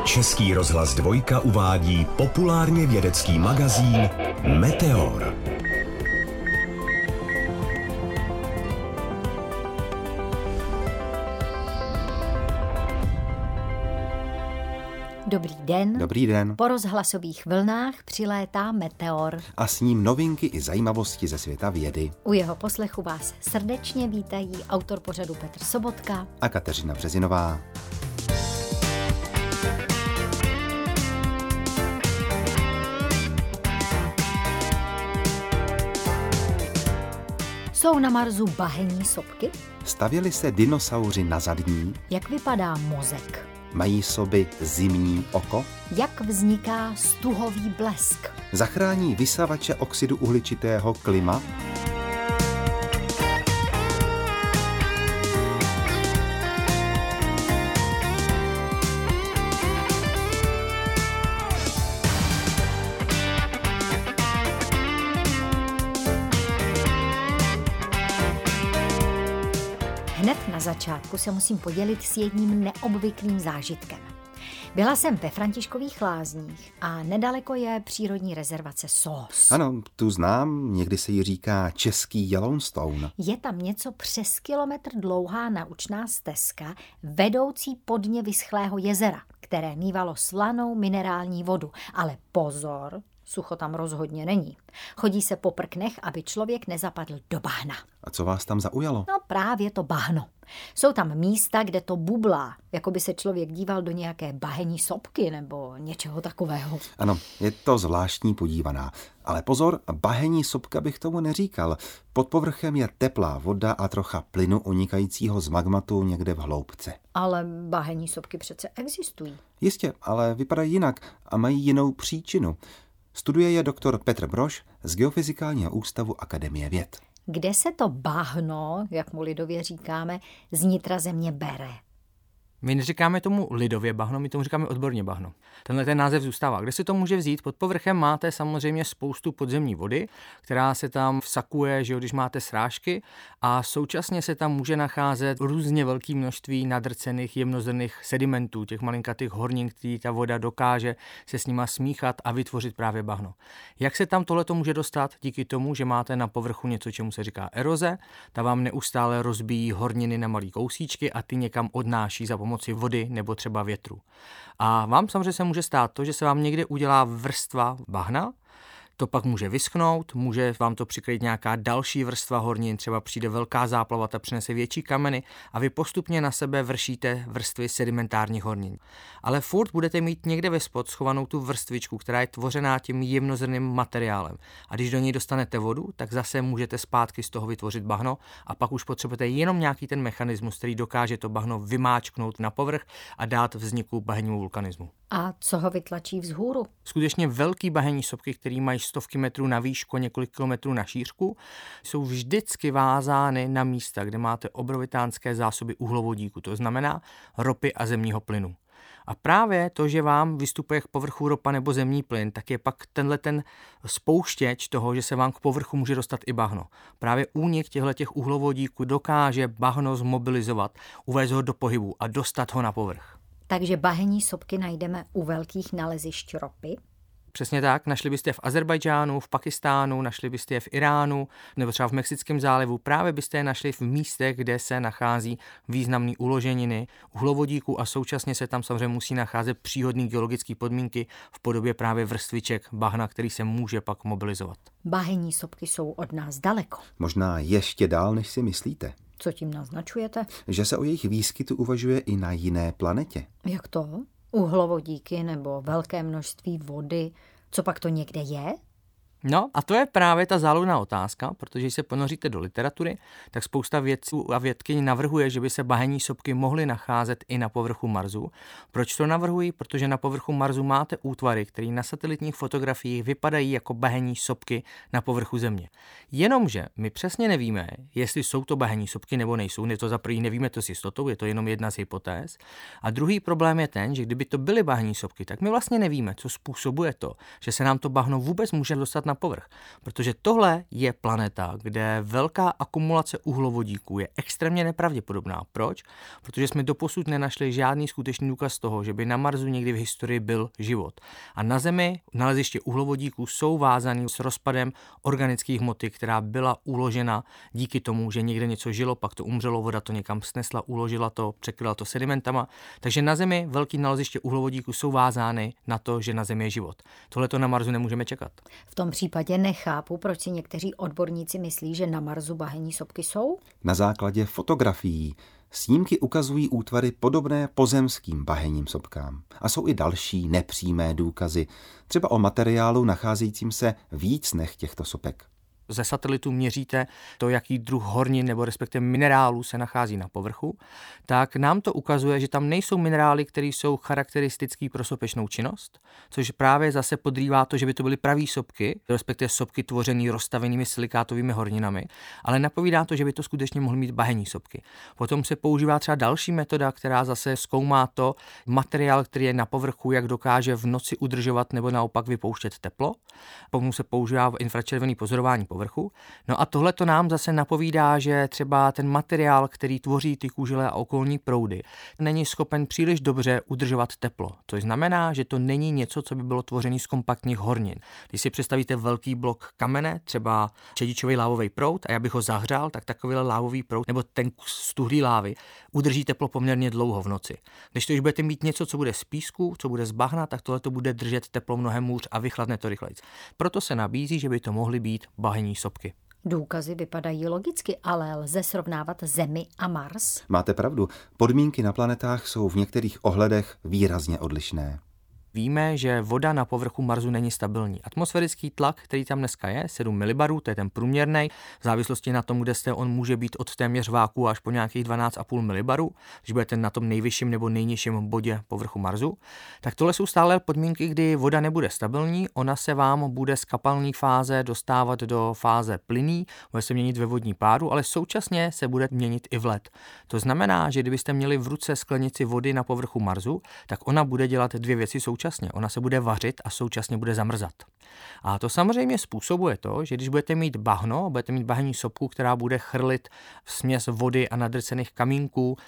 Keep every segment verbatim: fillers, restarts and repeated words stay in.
Český rozhlas Dvojka uvádí populárně vědecký magazín Meteor. Dobrý den. Dobrý den. Po rozhlasových vlnách přilétá Meteor. A s ním novinky i zajímavosti ze světa vědy. U jeho poslechu vás srdečně vítají autor pořadu Petr Sobotka a Kateřina Březinová. Jsou na Marsu bahenní sopky? Stavěli se dinosauři na zadní? Jak vypadá mozek? Mají soby zimní oko? Jak vzniká stuhový blesk? Zachrání vysavače oxidu uhličitého klima? Hned na začátku se musím podělit s jedním neobvyklým zážitkem. Byla jsem ve Františkových Lázních a nedaleko je přírodní rezervace Sós. Ano, tu znám, někdy se jí říká český Yellowstone. Je tam něco přes kilometr dlouhá naučná stezka, vedoucí po dně vyschlého jezera, které mívalo slanou minerální vodu. Ale pozor, sucho tam rozhodně není. Chodí se po prknech, aby člověk nezapadl do bahna. A co vás tam zaujalo? No právě to bahno. Jsou tam místa, kde to bublá, jako by se člověk díval do nějaké bahenní sopky nebo něčeho takového. Ano, je to zvláštní podívaná. Ale pozor, bahenní sopka bych tomu neříkal. Pod povrchem je teplá voda a trocha plynu unikajícího z magmatu někde v hloubce. Ale bahenní sopky přece existují. Jistě, ale vypadají jinak a mají jinou příčinu. Studuje je doktor Petr Brož z Geofyzikálního ústavu Akademie věd. Kde se to bahno, jak mu lidově říkáme, z nitra země bere? My neříkáme tomu lidově bahno, my tomu říkáme odborně bahno. Tenhle ten název zůstává. Kde se to může vzít? Pod povrchem máte samozřejmě spoustu podzemní vody, která se tam vsakuje, že jo, když máte srážky, a současně se tam může nacházet různě velké množství nadrcených jemnozrnných sedimentů, těch malinkatých hornin, který ta voda dokáže se s nima smíchat a vytvořit právě bahno. Jak se tam tohleto může dostat? Díky tomu, že máte na povrchu něco, čemu se říká eroze, ta vám neustále rozbíjí horniny na malý kousíčky a ty někam odnáší za pomoci vody nebo třeba větru. A vám samozřejmě se může stát to, že se vám někde udělá vrstva bahna, to pak může vyschnout, může vám to přikrýt nějaká další vrstva hornin, třeba přijde velká záplava, ta přinese větší kameny a vy postupně na sebe vršíte vrstvy sedimentárních hornin. Ale furt budete mít někde ve spod schovanou tu vrstvičku, která je tvořená tím jemnozrnným materiálem. A když do něj dostanete vodu, tak zase můžete zpátky z toho vytvořit bahno a pak už potřebujete jenom nějaký ten mechanismus, který dokáže to bahno vymáčknout na povrch a dát vzniku bahennímu vulkanismu. A co ho vytlačí vzhůru? Skutečně velký bahenní sopky, které mají stovky metrů na výšku, několik kilometrů na šířku, jsou vždycky vázány na místa, kde máte obrovitánské zásoby uhlovodíku, to znamená ropy a zemního plynu. A právě to, že vám vystupuje k povrchu ropa nebo zemní plyn, tak je pak tenhle ten spouštěč toho, že se vám k povrchu může dostat i bahno. Právě únik těchto uhlovodíků dokáže bahno zmobilizovat, uvést ho do pohybu a dostat ho na povrch. Takže bahenní sopky najdeme u velkých nalezišť ropy? Přesně tak, našli byste je v Azerbajdžánu, v Pakistánu, našli byste je v Iránu nebo třeba v Mexickém zálivu. Právě byste je našli v místech, kde se nachází významné uloženiny uhlovodíku a současně se tam samozřejmě musí nacházet příhodné geologické podmínky v podobě právě vrstviček bahna, který se může pak mobilizovat. Bahenní sopky jsou od nás daleko. Možná ještě dál, než si myslíte. Co tím naznačujete? Že se o jejich výskytu uvažuje i na jiné planetě. Jak to? Uhlovodíky nebo velké množství vody? Co pak to někde je? No a to je právě ta záludná otázka, protože když se ponoříte do literatury, tak spousta vědců a vědkyň navrhuje, že by se bahenní sopky mohly nacházet i na povrchu Marsu. Proč to navrhují? Protože na povrchu Marsu máte útvary, které na satelitních fotografiích vypadají jako bahenní sopky na povrchu Země. Jenomže my přesně nevíme, jestli jsou to bahenní sopky nebo nejsou. Je to za první, nevíme to s jistotou, je to jenom jedna z hypotéz. A druhý problém je ten, že kdyby to byly bahenní sopky, tak my vlastně nevíme, co způsobuje to, že se nám to bahno vůbec může dostat dostat na povrch. Protože tohle je planeta, kde velká akumulace uhlovodíků je extrémně nepravděpodobná. Proč? Protože jsme doposud nenašli žádný skutečný důkaz toho, že by na Marsu někdy v historii byl život. A na Zemi naleziště uhlovodíků jsou vázaný s rozpadem organické hmoty, která byla uložena díky tomu, že někde něco žilo, pak to umřelo, voda to někam snesla, uložila to, překryla to sedimentama. Takže na Zemi velký naleziště uhlovodíků jsou vázány na to, že na Zemi je život. Tohle to na Marsu nemůžeme čekat. V tom případě nechápu, proč si někteří odborníci myslí, že na Marsu bahenní sopky jsou. Na základě fotografií snímky ukazují útvary podobné pozemským bahenním sopkám. A jsou i další nepřímé důkazy, třeba o materiálu nacházejícím se v jícnech těchto sopek. Ze satelitu měříte to, jaký druh hornin nebo respektive minerálů se nachází na povrchu, tak nám to ukazuje, že tam nejsou minerály, které jsou charakteristické pro sopečnou činnost, což právě zase podrývá to, že by to byly pravý sopky, respektive sopky tvořené rozstavenými silikátovými horninami, ale napovídá to, že by to skutečně mohly mít bahenní sopky. Potom se používá třeba další metoda, která zase zkoumá to materiál, který je na povrchu, jak dokáže v noci udržovat nebo naopak vypouštět teplo. Potom se používá infračervený pozorování povrchu. No a tohle to nám zase napovídá, že třeba ten materiál, který tvoří ty kůžele a okolní proudy, není schopen příliš dobře udržovat teplo. Což znamená, že to není něco, co by bylo tvořené z kompaktních hornin. Když si představíte velký blok kamene, třeba čedičový lávový proud, a já bych ho zahřál, tak takovýhle lávový proud nebo ten kus stuhlý lávy udrží teplo poměrně dlouho v noci. Když to už budete mít něco, co bude z písku, co bude z bahna, tak tohle to bude držet teplo mnohem hůř a vychladne to rychleji. Proto se nabízí, že by to mohly být bahenní sopky. Důkazy vypadají logicky, ale lze srovnávat Zemi a Mars? Máte pravdu, podmínky na planetách jsou v některých ohledech výrazně odlišné. Víme, že voda na povrchu Marsu není stabilní. Atmosférický tlak, který tam dneska je, sedm milibarů, to je ten průměrný, v závislosti na tom, kde jste, on může být od téměř váku až po nějakých dvanáct celá pět milibarů, když budete na tom nejvyšším nebo nejnižším bodě povrchu Marsu. Tak tohle jsou stále podmínky, kdy voda nebude stabilní, ona se vám bude z kapalné fáze dostávat do fáze plynný, bude se měnit ve vodní páru, ale současně se bude měnit i v led. To znamená, že kdybyste měli v ruce sklenici vody na povrchu Marsu, tak ona bude dělat dvě věci současně. Ona se bude vařit a současně bude zamrzat. A to samozřejmě způsobuje to, že když budete mít bahno, budete mít bahenní sopku, která bude chrlit směs vody a nadrcených kamínků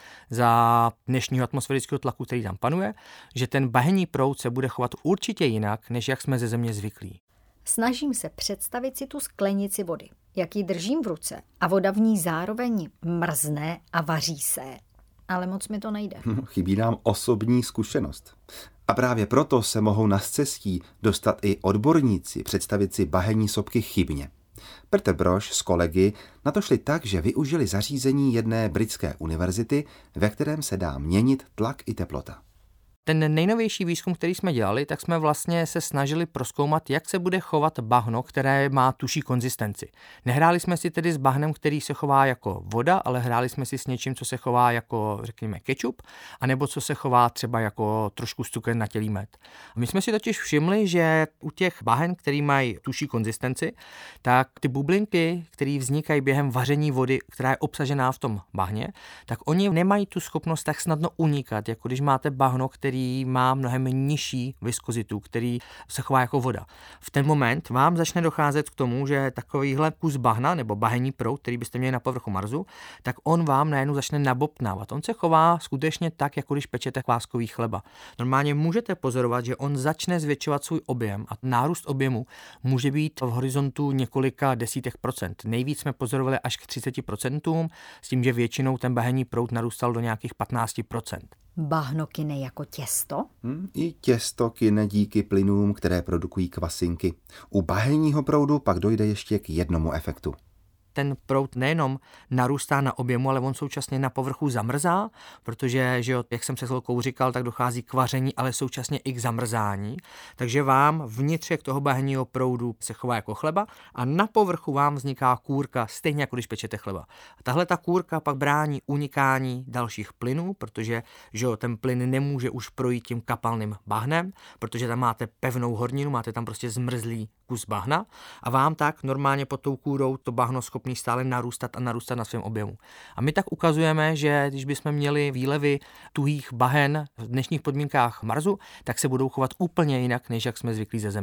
za dnešního atmosférického tlaku, který tam panuje, že ten bahenní proud se bude chovat určitě jinak, než jak jsme ze Země zvyklí. Snažím se představit si tu sklenici vody, jak ji držím v ruce a voda v ní zároveň mrzne a vaří se. Ale moc mi to nejde. Chybí nám osobní zkušenost. A právě proto se mohou na scestí dostat i odborníci představit si bahenní sopky chybně. Petr Brož s kolegy na to šli tak, že využili zařízení jedné britské univerzity, ve kterém se dá měnit tlak i teplota. Ten nejnovější výzkum, který jsme dělali, tak jsme vlastně se snažili prozkoumat, jak se bude chovat bahno, které má tuší konzistenci. Nehráli jsme si tedy s bahnem, který se chová jako voda, ale hráli jsme si s něčím, co se chová jako, řekněme, kečup, anebo co se chová třeba jako trošku cukernatělý med. A my jsme si totiž všimli, že u těch bahen, který mají tuší konzistenci, tak ty bublinky, které vznikají během vaření vody, která je obsažená v tom bahně, tak oni nemají tu schopnost tak snadno unikat, jako když máte bahno, který má mnohem nižší viskozitu, který se chová jako voda. V ten moment vám začne docházet k tomu, že takovýhle kus bahna nebo bahenní proud, který byste měli na povrchu Marsu, tak on vám najednou začne nabobtnávat. On se chová skutečně tak, jako když pečete kváskový chleba. Normálně můžete pozorovat, že on začne zvětšovat svůj objem a nárůst objemu může být v horizontu několika desítek procent. Nejvíc jsme pozorovali až k třiceti procentům, s tím, že většinou ten bahenní proud narůstal do nějakých patnácti procent. Bahno kyne jako těsto? Hmm, I těsto kyne díky plynům, které produkují kvasinky. U bahenního proudu pak dojde ještě k jednomu efektu. Ten proud nejenom narůstá na objemu, ale on současně na povrchu zamrzá, protože, že jo, jak jsem se chvilkou říkal, tak dochází k vaření, ale současně i k zamrzání. Takže vám vnitřek toho bahenního proudu se chová jako chleba a na povrchu vám vzniká kůrka, stejně jako když pečete chleba. A tahle ta kůrka pak brání unikání dalších plynů, protože, že jo, ten plyn nemůže už projít tím kapalným bahnem, protože tam máte pevnou horninu, máte tam prostě zmrzlý kus bahna a vám tak normálně pod tou kůrou to bahno schopný stále narůstat a narůstat na svém objemu. A my tak ukazujeme, že když bychom měli výlevy tuhých bahen v dnešních podmínkách Marsu, tak se budou chovat úplně jinak, než jak jsme zvyklí ze Země.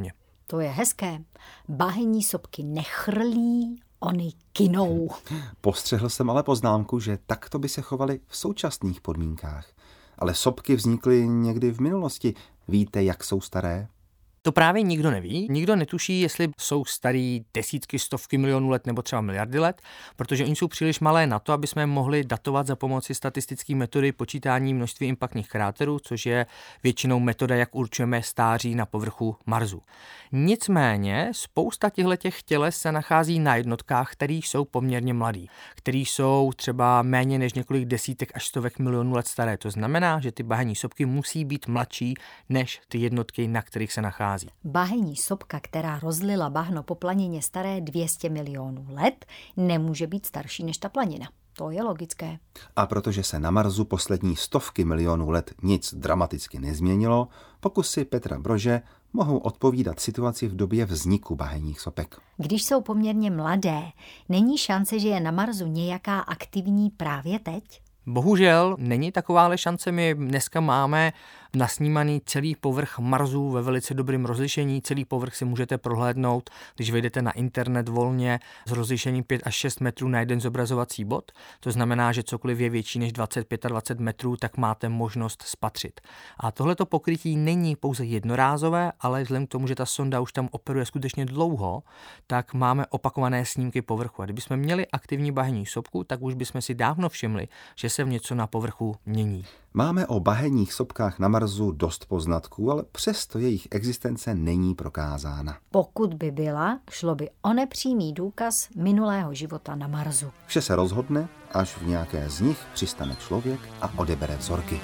To je hezké. Bahenní sopky nechrlí, oni kynou. Postřehl jsem ale poznámku, že takto by se chovaly v současných podmínkách. Ale sopky vznikly někdy v minulosti. Víte, jak jsou staré? To právě nikdo neví. Nikdo netuší, jestli jsou starý desítky, stovky milionů let nebo třeba miliardy let, protože oni jsou příliš malé na to, aby jsme mohli datovat za pomoci statistické metody počítání množství impaktních kráterů, což je většinou metoda, jak určujeme stáří na povrchu Marsu. Nicméně spousta těchto těles se nachází na jednotkách, které jsou poměrně mladý, které jsou třeba méně než několik desítek až stovek milionů let staré. To znamená, že ty bahenní sopky musí být mladší než ty jednotky, na kterých se nachází. Bahenní sopka, která rozlila bahno po planině staré dvě stě milionů let, nemůže být starší než ta planina. To je logické. A protože se na Marsu poslední stovky milionů let nic dramaticky nezměnilo, pokusy Petra Brože mohou odpovídat situaci v době vzniku bahenních sopek. Když jsou poměrně mladé, není šance, že je na Marsu nějaká aktivní právě teď? Bohužel není takováhle šance. My dneska máme nasnímaný celý povrch Marsu ve velice dobrém rozlišení. Celý povrch si můžete prohlédnout, když vejdete na internet volně s rozlišením pět až šest metrů na jeden zobrazovací bod. To znamená, že cokoliv je větší než dvacet až dvacet pět metrů, tak máte možnost spatřit. A tohleto pokrytí není pouze jednorázové, ale vzhledem k tomu, že ta sonda už tam operuje skutečně dlouho, tak máme opakované snímky povrchu. A kdybychom měli aktivní bahenní sopku, tak už bychom si dávno všimli, že se v něco na povrchu mění. Máme o bahenních sopkách na Marsu dost poznatků, ale přesto jejich existence není prokázána. Pokud by byla, šlo by o nepřímý důkaz minulého života na Marsu. Vše se rozhodne, až v nějaké z nich přistane člověk a odebere vzorky.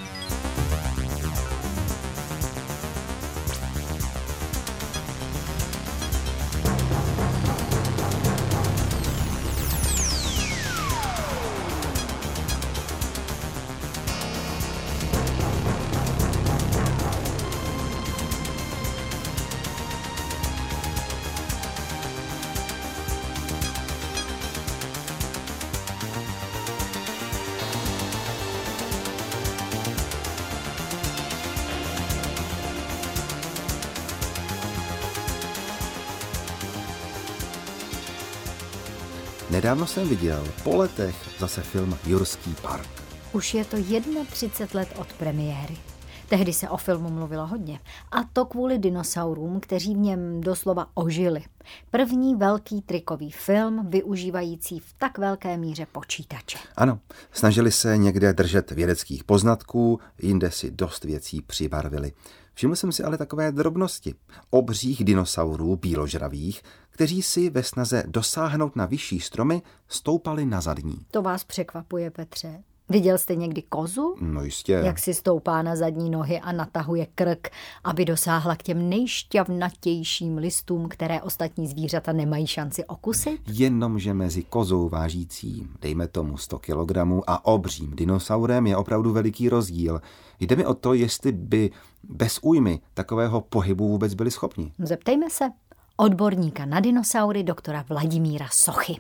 Nedávno jsem viděl po letech zase film Jurský park. Už je to třicet jedna let od premiéry. Tehdy se o filmu mluvilo hodně. A to kvůli dinosaurům, kteří v něm doslova ožili. První velký trikový film, využívající v tak velké míře počítače. Ano, snažili se někde držet vědeckých poznatků, jinde si dost věcí přibarvili. Všiml jsem si ale takové drobnosti. Obřích dinosaurů bíložravých, kteří si ve snaze dosáhnout na vyšší stromy stoupali na zadní. To vás překvapuje, Petře? Viděl jste někdy kozu? No jistě. Jak si stoupá na zadní nohy a natahuje krk, aby dosáhla k těm nejšťavnatějším listům, které ostatní zvířata nemají šanci okusit? Jenomže mezi kozou vážícím, dejme tomu sto kilogramů, a obřím dinosaurem je opravdu veliký rozdíl. Jde mi o to, jestli by bez újmy takového pohybu vůbec byli schopni. Zeptejme se odborníka na dinosaury doktora Vladimíra Sochy.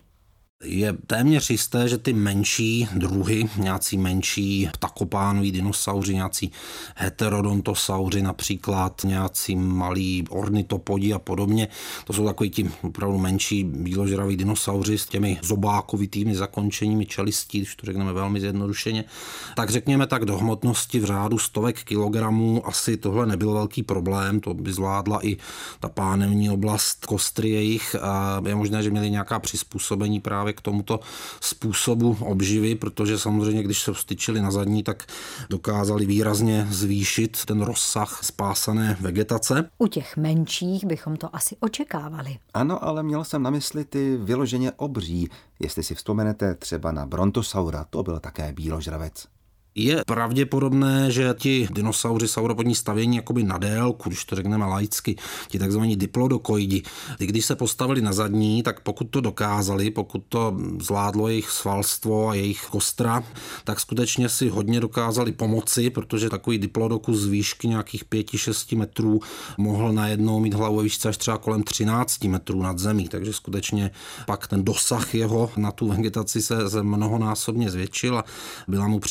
Je téměř jisté, že ty menší druhy, nějací menší ptakopánoví dinosauři, nějací heterodontosauři například, nějací malí ornitopodi a podobně, to jsou takový ti opravdu menší bíložraví dinosauři s těmi zobákovitými zakončeními čelistí, když to řekneme velmi zjednodušeně. Tak řekněme tak do hmotnosti v řádu stovek kilogramů asi tohle nebyl velký problém, to by zvládla i ta pánevní oblast kostry jejich. A je možné, že měli nějaká přizpůsobení právě k tomuto způsobu obživy, protože samozřejmě, když se vstyčili na zadní, tak dokázali výrazně zvýšit ten rozsah spásané vegetace. U těch menších bychom to asi očekávali. Ano, ale měl jsem na mysli ty vyloženě obří. Jestli si vzpomenete třeba na Brontosaura, to byl také bíložravec. Je pravděpodobné, že ti dinosauři sauropodní stavění jakoby na délku, když to řekneme laicky, ti takzvaní diplodokoidi, ty když se postavili na zadní, tak pokud to dokázali, pokud to zvládlo jejich svalstvo a jejich kostra, tak skutečně si hodně dokázali pomoci, protože takový diplodokus z výšky nějakých pět až šest metrů mohl najednou mít hlavu ve výšce až třeba kolem třináct metrů nad zemí, takže skutečně pak ten dosah jeho na tu vegetaci se, se mnohonásobně zvětšil a byla mu přístupná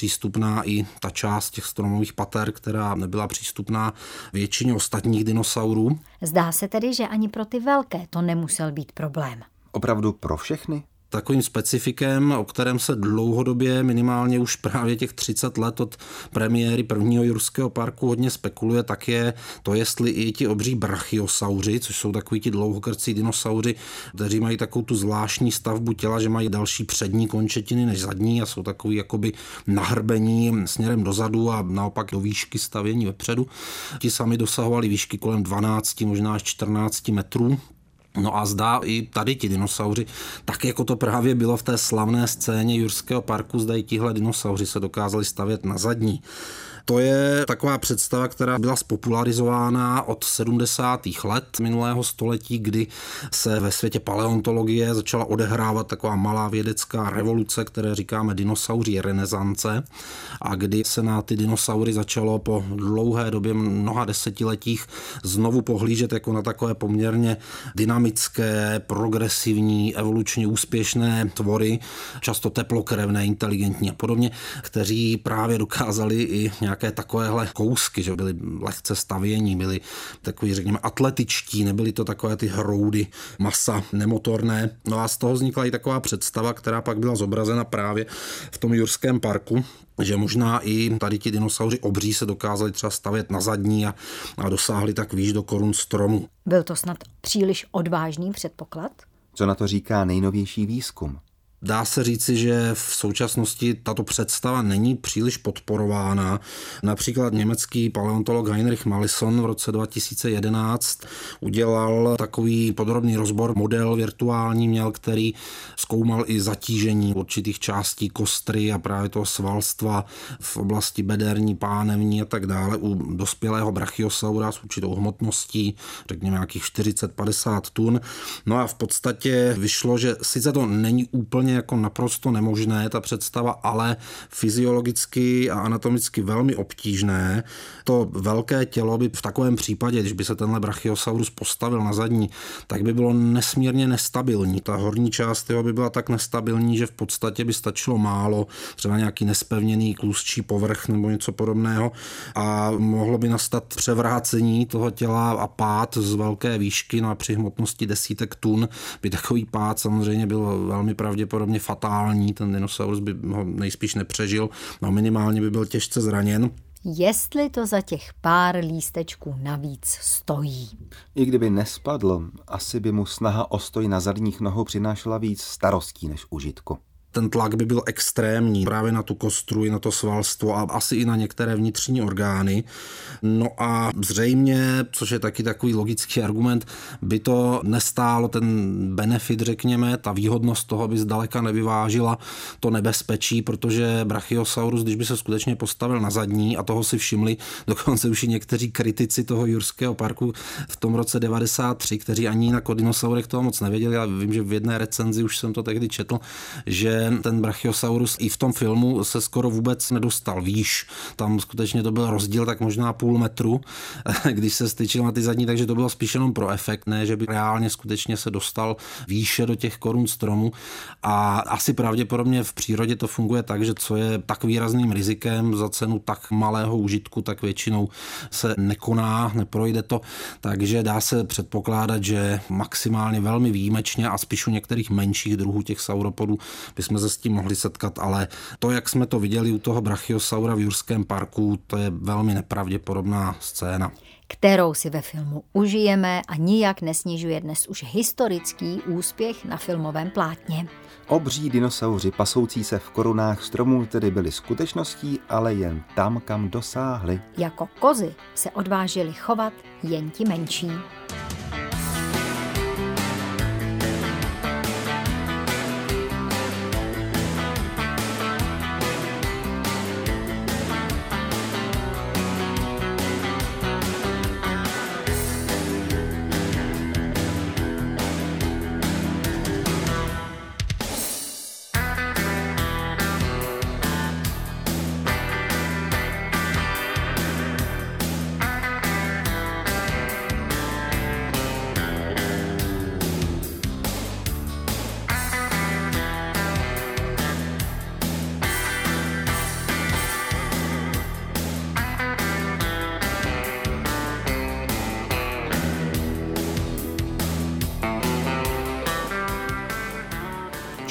možná i ta část těch stromových pater, která nebyla přístupná většině ostatních dinosaurů. Zdá se tedy, že ani pro ty velké to nemusel být problém. Opravdu pro všechny? Takovým specifikem, o kterém se dlouhodobě, minimálně už právě těch třicet let od premiéry prvního jurského parku hodně spekuluje, tak je to, jestli i ti obří brachiosauři, což jsou takový ti dlouhokrcí dinosauři, kteří mají takovou tu zvláštní stavbu těla, že mají další přední končetiny než zadní a jsou takový jakoby nahrbení směrem dozadu a naopak do výšky stavění vepředu. Ti sami dosahovali výšky kolem dvanáct, možná až čtrnáct metrů. No a zdá i tady ti dinosauři, tak jako to právě bylo v té slavné scéně jurského parku, zda i tihle dinosauři se dokázali stavět na zadní. To je taková představa, která byla spopularizována od sedmdesátých let minulého století, kdy se ve světě paleontologie začala odehrávat taková malá vědecká revoluce, které říkáme dinosauří renesance, a kdy se na ty dinosaury začalo po dlouhé době, mnoha desetiletích, znovu pohlížet jako na takové poměrně dynamické, progresivní, evolučně úspěšné tvory, často teplokrevné, inteligentní a podobně, kteří právě dokázali i nějaké takovéhle kousky, že byly lehce stavění, byly takový, řekněme, atletičtí, nebyly to takové ty hroudy masa nemotorné. No a z toho vznikla i taková představa, která pak byla zobrazena právě v tom jurském parku, že možná i tady ti dinosauři obří se dokázali třeba stavět na zadní a, a dosáhli tak výš do korun stromu. Byl to snad příliš odvážný předpoklad? Co na to říká nejnovější výzkum? Dá se říci, že v současnosti tato představa není příliš podporována. Například německý paleontolog Heinrich Mallison v roce dva tisíce jedenáct udělal takový podrobný rozbor, model virtuální měl, který zkoumal i zatížení určitých částí kostry a právě toho svalstva v oblasti bederní, pánevní a tak dále u dospělého brachiosaura s určitou hmotností, řekněme nějakých čtyřicet padesát tun. No a v podstatě vyšlo, že sice to není úplně jako naprosto nemožné, ta představa, ale fyziologicky a anatomicky velmi obtížné. To velké tělo by v takovém případě, když by se tenhle brachiosaurus postavil na zadní, tak by bylo nesmírně nestabilní. Ta horní část jeho by byla tak nestabilní, že v podstatě by stačilo málo, třeba nějaký nespevněný klustší povrch nebo něco podobného a mohlo by nastat převrácení toho těla a pád z velké výšky, no a při hmotnosti desítek tun by takový pád samozřejmě byl velmi pravděpodobně fatální, ten dinosaurus by ho nejspíš nepřežil, no minimálně by byl těžce zraněn. Jestli to za těch pár lístečků navíc stojí. I kdyby nespadl, asi by mu snaha o stoj na zadních nohou přinášela víc starostí než užitku. Ten tlak by byl extrémní právě na tu kostru i na to svalstvo a asi i na některé vnitřní orgány. No a zřejmě, což je taky takový logický argument, by to nestálo ten benefit, řekněme, ta výhodnost toho by zdaleka nevyvážila to nebezpečí, protože brachiosaurus, když by se skutečně postavil na zadní, a toho si všimli dokonce už i někteří kritici toho jurského parku v tom roce devadesát tři, kteří ani na dinosaurech toho moc nevěděli, ale vím, že v jedné recenzi už jsem to tehdy četl, že ten brachiosaurus i v tom filmu se skoro vůbec nedostal výš. Tam skutečně to byl rozdíl tak možná půl metru, když se styčil na ty zadní, takže to bylo spíš jenom pro efekt, ne, že by reálně skutečně se dostal výše do těch korun stromu. A asi pravděpodobně v přírodě to funguje tak, že co je tak výrazným rizikem za cenu tak malého užitku, tak většinou se nekoná, neprojde to, takže dá se předpokládat, že maximálně velmi výjimečně a spíš u některých menších druhů těch sauropodů bychom se s tím mohli setkat, ale to, jak jsme to viděli u toho brachiosaura v jurském parku, to je velmi nepravděpodobná scéna, kterou si ve filmu užijeme a nijak nesnižuje dnes už historický úspěch na filmovém plátně. Obří dinosauři pasoucí se v korunách stromů tedy byli skutečností, ale jen tam, kam dosáhli. Jako kozy se odvážili chovat jen ti menší.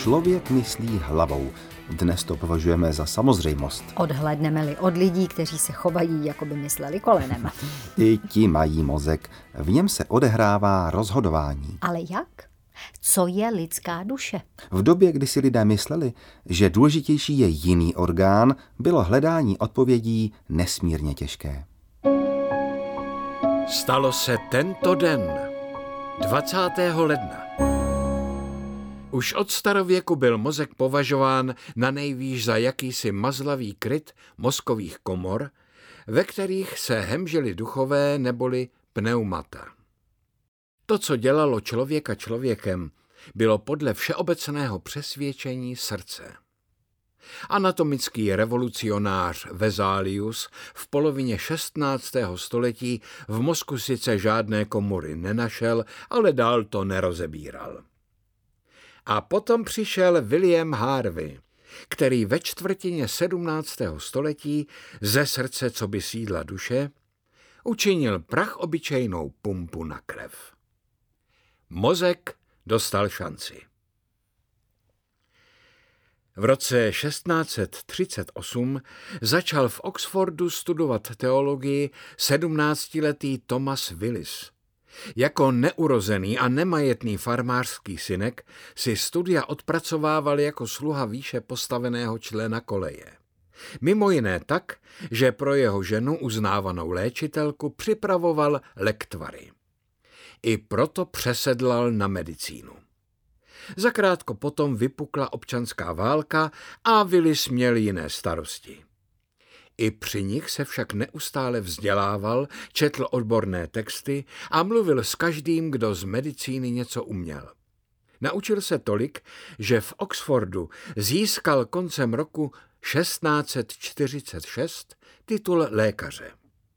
člověk myslí hlavou. Dnes to považujeme za samozřejmost. Odhlédneme-li od lidí, kteří se chovají, jako by mysleli kolenem. I ti mají mozek. V něm se odehrává rozhodování. Ale jak? Co je lidská duše? V době, kdy si lidé mysleli, že důležitější je jiný orgán, bylo hledání odpovědí nesmírně těžké. Stalo se tento den, dvacátého ledna. Už od starověku byl mozek považován nanejvýš za jakýsi mazlavý kryt mozkových komor, ve kterých se hemžili duchové neboli pneumata. To, co dělalo člověka člověkem, bylo podle všeobecného přesvědčení srdce. Anatomický revolucionář Vesalius v polovině šestnáctého století v mozku sice žádné komory nenašel, ale dál to nerozebíral. A potom přišel William Harvey, který ve čtvrtině sedmnáctého století ze srdce coby sídla duše učinil prach obyčejnou pumpu na krev. Mozek dostal šanci. V roce šestnáct set třicet osm začal v Oxfordu studovat teologii sedmnáctiletý Thomas Willis. Jako neurozený a nemajetný farmářský synek si studia odpracovával jako sluha výše postaveného člena koleje. Mimo jiné tak, že pro jeho ženu, uznávanou léčitelku, připravoval lektvary. I proto přesedlal na medicínu. Zakrátko potom vypukla občanská válka a Willis měl jiné starosti. I při nich se však neustále vzdělával, četl odborné texty a mluvil s každým, kdo z medicíny něco uměl. Naučil se tolik, že v Oxfordu získal koncem roku šestnáct set čtyřicet šest titul lékaře.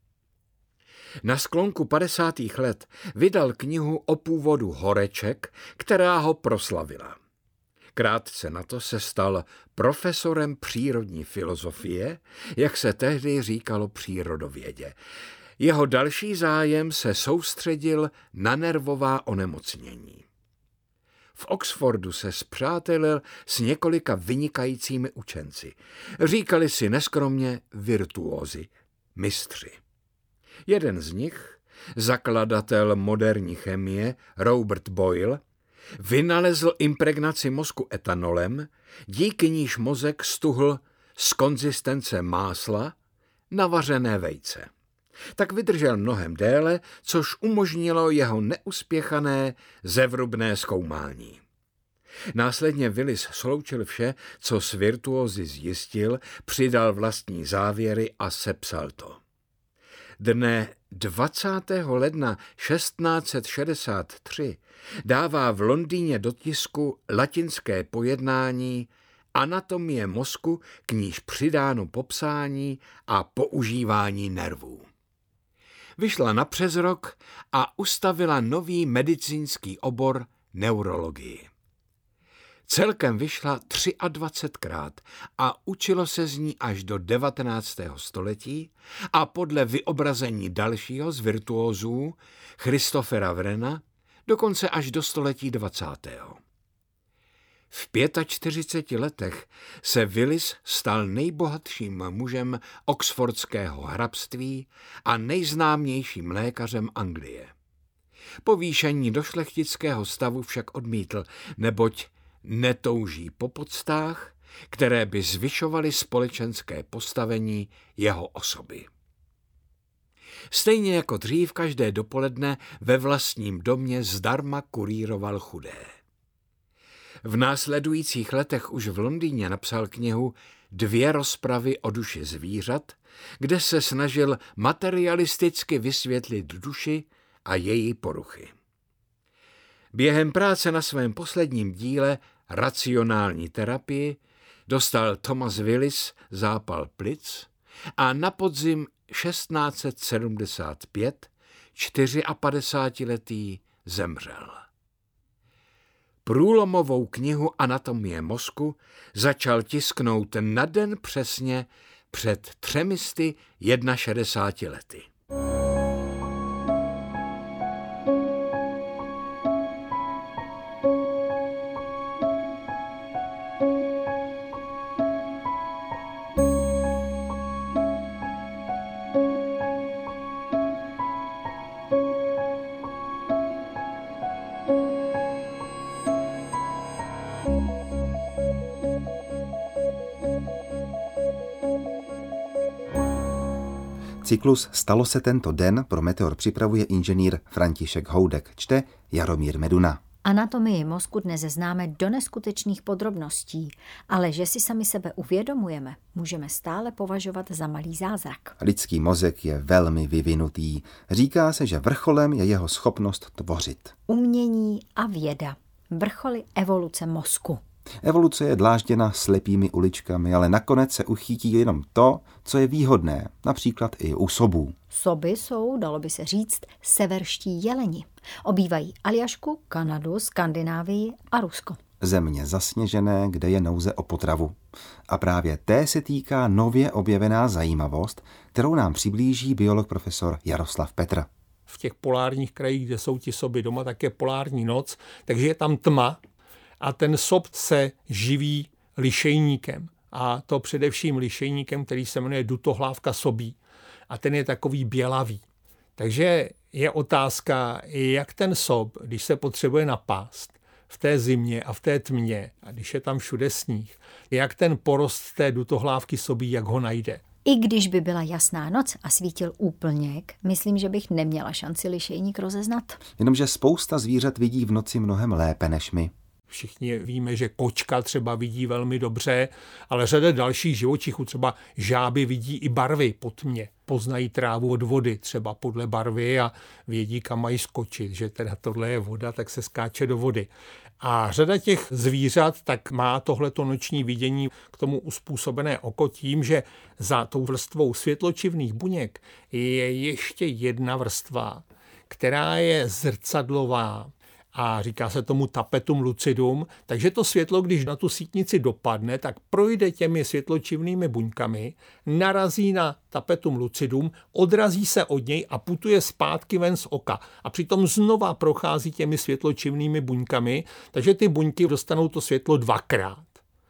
Na sklonku padesátých let vydal knihu o původu horeček, která ho proslavila. Krátce na to se stal profesorem přírodní filozofie, jak se tehdy říkalo přírodovědě. Jeho další zájem se soustředil na nervová onemocnění. V Oxfordu se spřátelil s několika vynikajícími učenci. Říkali si neskromně virtuózi, mistři. Jeden z nich, zakladatel moderní chemie Robert Boyle, vynalezl impregnaci mozku etanolem, díky níž mozek stuhl z konzistence másla na vařené vejce. Tak vydržel mnohem déle, což umožnilo jeho neuspěchané zevrubné zkoumání. Následně Willis sloučil vše, co s virtuózy zjistil, přidal vlastní závěry a sepsal to. Dne dvacátého ledna šestnáct set šedesát tři dává v Londýně do tisku latinské pojednání Anatomie mozku, k níž přidáno popsání a používání nervů. Vyšla na přes rok a ustavila nový medicínský obor neurologii. Celkem vyšla dvacetkrát a učilo se z ní až do devatenáctého století a podle vyobrazení dalšího z virtuózů, Christophera Wrena, dokonce až do století dvacátého. V čtyřiceti pěti letech se Willis stal nejbohatším mužem oxfordského hrabství a nejznámějším lékařem Anglie. Povýšení do šlechtického stavu však odmítl, neboť netouží po poctách, které by zvyšovaly společenské postavení jeho osoby. Stejně jako dřív každé dopoledne ve vlastním domě zdarma kuríroval chudé. V následujících letech už v Londýně napsal knihu Dvě rozpravy o duši zvířat, kde se snažil materialisticky vysvětlit duši a její poruchy. Během práce na svém posledním díle Racionální terapii dostal Thomas Willis zápal plic a na podzim šestnáct set sedmdesát pět čtyřiapadesátiletý zemřel. Průlomovou knihu Anatomie mozku začal tisknout na den přesně před třemisty šedesáti lety. cyklus Stalo se tento den pro Meteor připravuje inženýr František Houdek, čte Jaromír Meduna. Anatomii mozku dnes známe do neskutečných podrobností, ale že si sami sebe uvědomujeme, můžeme stále považovat za malý zázrak. Lidský mozek je velmi vyvinutý. Říká se, že vrcholem je jeho schopnost tvořit. Umění a věda. Vrcholy evoluce mozku. Evoluce je dlážděna slepými uličkami, ale nakonec se uchytí jenom to, co je výhodné, například i u sobů. Soby jsou, dalo by se říct, severští jeleni. Obývají Aljašku, Kanadu, Skandinávii a Rusko. Země zasněžené, kde je nouze o potravu. A právě té se týká nově objevená zajímavost, kterou nám přiblíží biolog profesor Jaroslav Petr. V těch polárních krajích, kde jsou ti soby doma, tak je polární noc, takže je tam tma a ten sob se živí lišejníkem. A to především lišejníkem, který se jmenuje dutohlávka sobí. A ten je takový bělavý. Takže je otázka, jak ten sob, když se potřebuje napást v té zimě a v té tmě, a když je tam všude sníh, jak ten porost té dutohlávky sobí, jak ho najde. I když by byla jasná noc a svítil úplněk, myslím, že bych neměla šanci lišejník rozeznat. Jenomže spousta zvířat vidí v noci mnohem lépe než my. Všichni víme, že kočka třeba vidí velmi dobře, ale řada dalších živočichů, třeba žáby, vidí i barvy po tmě. Poznají trávu od vody třeba podle barvy a vědí, kam mají skočit, že teda tohle je voda, tak se skáče do vody. A řada těch zvířat tak má tohleto noční vidění k tomu uspůsobené oko tím, že za tou vrstvou světločivných buněk je ještě jedna vrstva, která je zrcadlová. A říká se tomu tapetum lucidum, takže to světlo, když na tu sítnici dopadne, tak projde těmi světločivnými buňkami, narazí na tapetum lucidum, odrazí se od něj a putuje zpátky ven z oka. A přitom znova prochází těmi světločivnými buňkami, takže ty buňky dostanou to světlo dvakrát.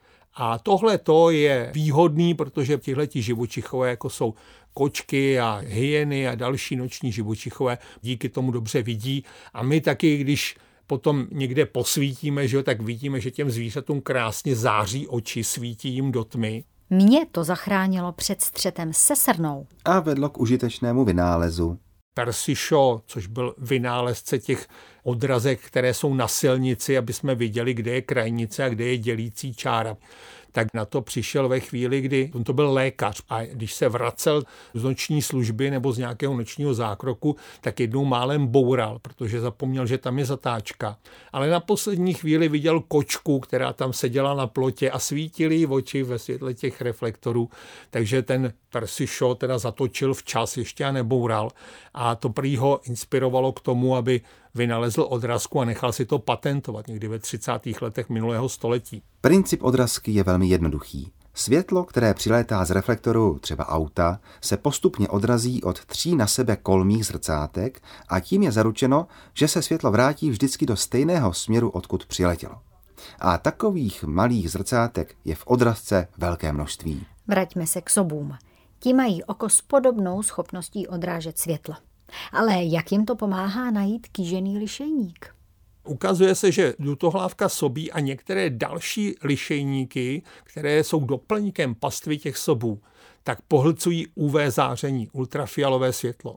A tohle to je výhodný, protože tihleti živočichové, jako jsou kočky a hyeny a další noční živočichové, díky tomu dobře vidí. A my taky, když potom někde posvítíme, že jo, tak vidíme, že těm zvířatům krásně září oči, svítí jim do tmy. Mě to zachránilo před střetem se srnou. A vedlo k užitečnému vynálezu. Percy Shaw, což byl vynálezce těch odrazek, které jsou na silnici, aby jsme viděli, kde je krajnice a kde je dělící čára. Tak na to přišel ve chvíli, kdy on to byl lékař a když se vracel z noční služby nebo z nějakého nočního zákroku, tak jednou málem boural, protože zapomněl, že tam je zatáčka. Ale na poslední chvíli viděl kočku, která tam seděla na plotě a svítily jí oči ve světle těch reflektorů, takže ten Percy Shaw teda zatočil včas ještě a neboural a to prý ho inspirovalo k tomu, aby vynalezl odrazku a nechal si to patentovat někdy ve třicátých letech minulého století. Princip odrazky je velmi jednoduchý. Světlo, které přilétá z reflektoru třeba auta, se postupně odrazí od tří na sebe kolmých zrcátek a tím je zaručeno, že se světlo vrátí vždycky do stejného směru, odkud přiletělo. A takových malých zrcátek je v odrazce velké množství. Vraťme se k sobům. Ti mají oko s podobnou schopností odrážet světlo. Ale jak jim to pomáhá najít kýžený lišejník? Ukazuje se, že dutohlávka sobí a některé další lišejníky, které jsou doplňkem pastvy těch sobů, tak pohlcují U V záření, ultrafialové světlo.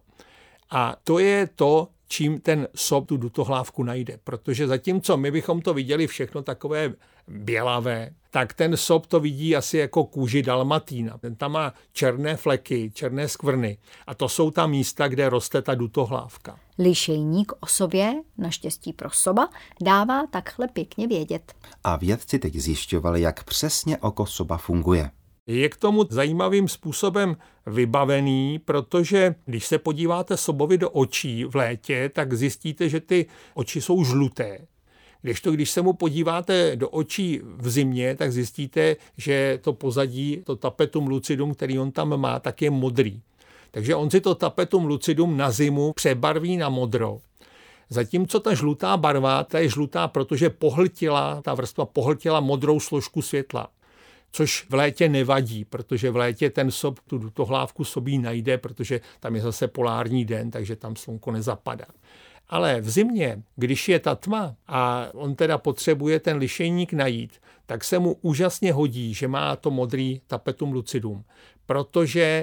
A to je to, čím ten sob tu dutohlávku najde. Protože zatímco my bychom to viděli všechno takové bělavé, tak ten sob to vidí asi jako kůži dalmatína. Ten tam má černé fleky, černé skvrny. A to jsou ta místa, kde roste ta dutohlávka. Lišejník o sobě, naštěstí pro soba, dává takhle pěkně vědět. A vědci teď zjišťovali, jak přesně oko soba funguje. Je k tomu zajímavým způsobem vybavený, protože když se podíváte sobovi do očí v létě, tak zjistíte, že ty oči jsou žluté. Kdežto když se mu podíváte do očí v zimě, tak zjistíte, že to pozadí, to tapetum lucidum, který on tam má, tak je modrý. Takže on si to tapetum lucidum na zimu přebarví na modro. Zatímco ta žlutá barva, ta je žlutá, protože pohltila, ta vrstva pohltila modrou složku světla. Což v létě nevadí, protože v létě ten sob tu dutohlávku sobí najde, protože tam je zase polární den, takže tam slunko nezapadá. Ale v zimě, když je ta tma a on teda potřebuje ten lišejník najít, tak se mu úžasně hodí, že má to modrý tapetum lucidum, protože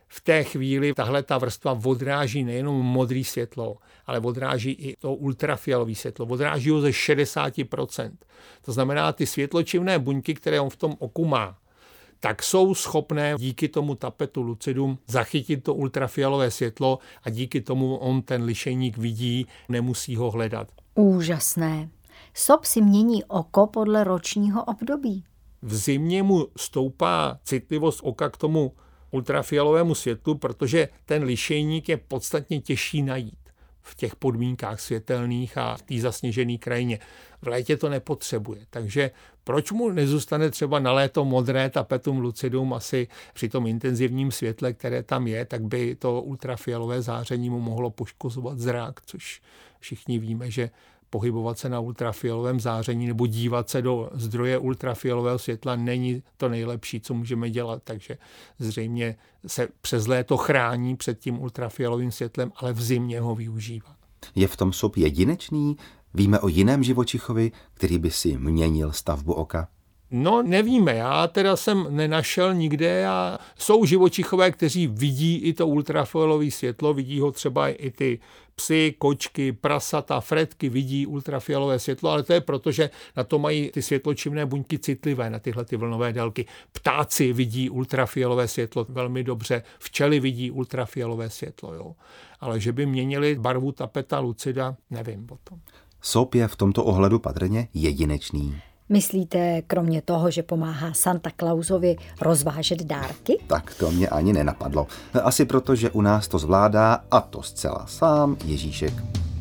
v té chvíli tahle ta vrstva odráží nejenom modré světlo, ale odráží i to ultrafialové světlo. Odráží ho ze šedesát procent. To znamená, ty světločivné buňky, které on v tom oku má, tak jsou schopné díky tomu tapetu lucidum zachytit to ultrafialové světlo a díky tomu on ten lišejník vidí, nemusí ho hledat. Úžasné. S O P si mění oko podle ročního období. V zimě mu stoupá citlivost oka k tomu ultrafialovému světlu, protože ten lišejník je podstatně těžší najít v těch podmínkách světelných a v té zasněžené krajině. V létě to nepotřebuje. Takže proč mu nezůstane třeba na léto modré tapetum lucidum? Asi při tom intenzivním světle, které tam je, tak by to ultrafialové záření mu mohlo poškozovat zrak, což všichni víme, že pohybovat se na ultrafialovém záření nebo dívat se do zdroje ultrafialového světla není to nejlepší, co můžeme dělat, takže zřejmě se přes léto chrání před tím ultrafialovým světlem, ale v zimě ho využívá. Je v tom S O P jedinečný? Víme o jiném živočichovi, který by si měnil stavbu oka? No nevíme, já teda jsem nenašel nikde a jsou živočichové, kteří vidí i to ultrafialové světlo, vidí ho třeba i ty psy, kočky, prasata, fretky vidí ultrafialové světlo, ale to je proto, že na to mají ty světločivné buňky citlivé, na tyhle ty vlnové délky. Ptáci vidí ultrafialové světlo velmi dobře, včely vidí ultrafialové světlo, jo. Ale že by měnili barvu tapeta lucida, nevím o tom. S O P je v tomto ohledu patrně jedinečný. Myslíte, kromě toho, že pomáhá Santa Clausovi rozvážet dárky? Tak to mě ani nenapadlo. Asi proto, že u nás to zvládá, a to zcela sám, Ježíšek.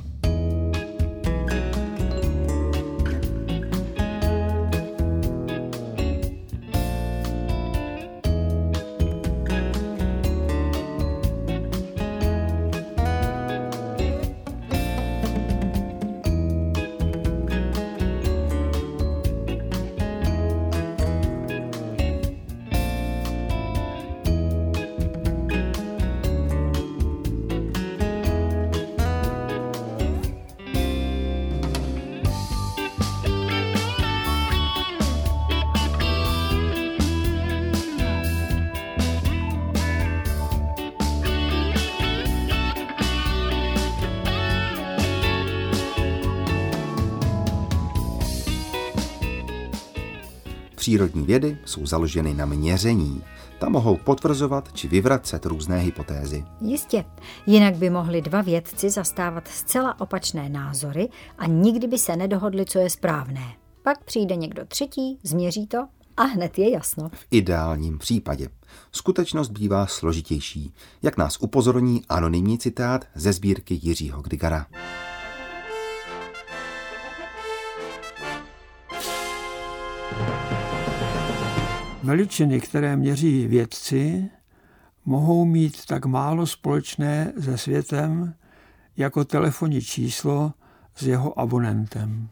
Přírodní vědy jsou založeny na měření. Tam mohou potvrzovat či vyvracet různé hypotézy. Jistě. Jinak by mohli dva vědci zastávat zcela opačné názory a nikdy by se nedohodli, co je správné. Pak přijde někdo třetí, změří to a hned je jasno. V ideálním případě. Skutečnost bývá složitější, jak nás upozorní anonymní citát ze sbírky Jiřího Grigara. Veličiny, které měří vědci, mohou mít tak málo společné se světem jako telefonní číslo s jeho abonentem.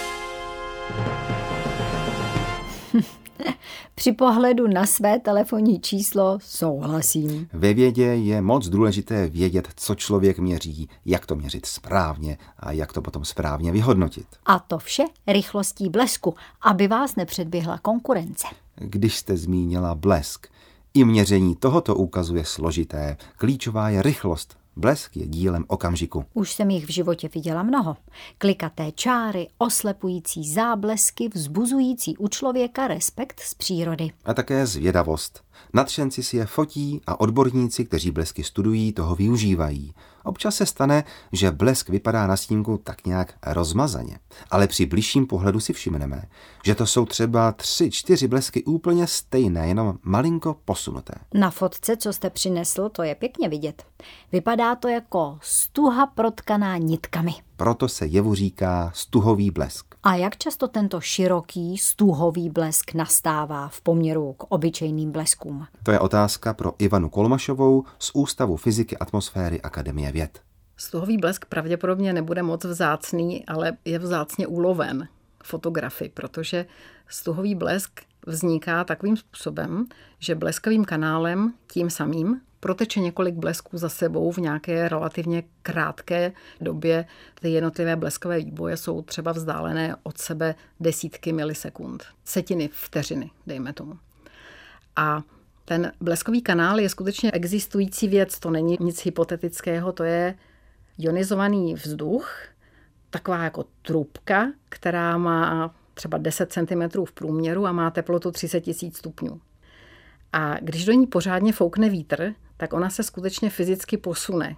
Při pohledu na své telefonní číslo souhlasím. Ve vědě je moc důležité vědět, co člověk měří, jak to měřit správně a jak to potom správně vyhodnotit. A to vše rychlostí blesku, aby vás nepředběhla konkurence. Když jste zmínila blesk, i měření tohoto úkazu je složité. Klíčová je rychlost. Blesk je dílem okamžiku. Už jsem jich v životě viděla mnoho. Klikaté čáry, oslepující záblesky, vzbuzující u člověka respekt z přírody. A také zvědavost. Nadšenci si je fotí a odborníci, kteří blesky studují, toho využívají. Občas se stane, že blesk vypadá na snímku tak nějak rozmazaně. Ale při bližším pohledu si všimneme, že to jsou třeba tři, čtyři blesky úplně stejné, jenom malinko posunuté. Na fotce, co jste přinesl, to je pěkně vidět. Vypadá to jako stuha protkaná nitkami. Proto se jevu říká stuhový blesk. A jak často tento široký stuhový blesk nastává v poměru k obyčejným bleskům? To je otázka pro Ivanu Kolmašovou z Ústavu fyziky atmosféry Akademie věd. Stuhový blesk pravděpodobně nebude moc vzácný, ale je vzácně uloven fotografy, protože stuhový blesk vzniká takovým způsobem, že bleskovým kanálem tím samým proteče několik blesků za sebou v nějaké relativně krátké době. Ty jednotlivé bleskové výboje jsou třeba vzdálené od sebe desítky milisekund, setiny vteřiny, dejme tomu. A Ten bleskový kanál je skutečně existující věc, to není nic hypotetického, to je ionizovaný vzduch, taková jako trubka, která má třeba deset centimetrů v průměru a má teplotu třicet tisíc stupňů. A když do ní pořádně foukne vítr, tak ona se skutečně fyzicky posune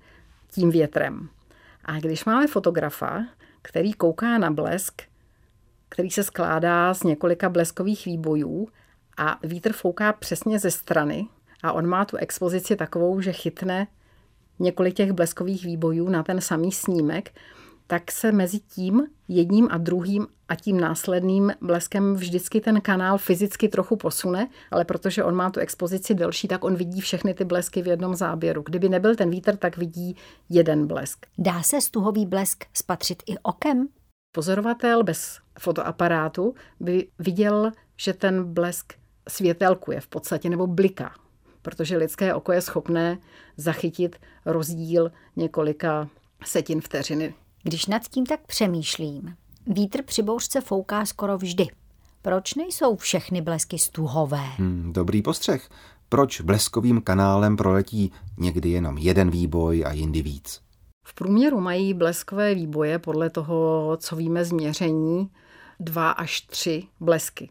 tím větrem. A když máme fotografa, který kouká na blesk, který se skládá z několika bleskových výbojů a vítr fouká přesně ze strany a on má tu expozici takovou, že chytne několik těch bleskových výbojů na ten samý snímek, tak se mezi tím jedním a druhým a tím následným bleskem vždycky ten kanál fyzicky trochu posune, ale protože on má tu expozici delší, tak on vidí všechny ty blesky v jednom záběru. Kdyby nebyl ten vítr, tak vidí jeden blesk. Dá se stuhový blesk spatřit i okem? Pozorovatel bez fotoaparátu by viděl, že ten blesk světelkuje v podstatě nebo bliká, protože lidské oko je schopné zachytit rozdíl několika setin vteřiny. Když nad tím tak přemýšlím, vítr při bouřce fouká skoro vždy. Proč nejsou všechny blesky stuhové? Hmm, dobrý postřeh. Proč bleskovým kanálem proletí někdy jenom jeden výboj a jindy víc? V průměru mají bleskové výboje podle toho, co víme z měření, dva až tři blesky.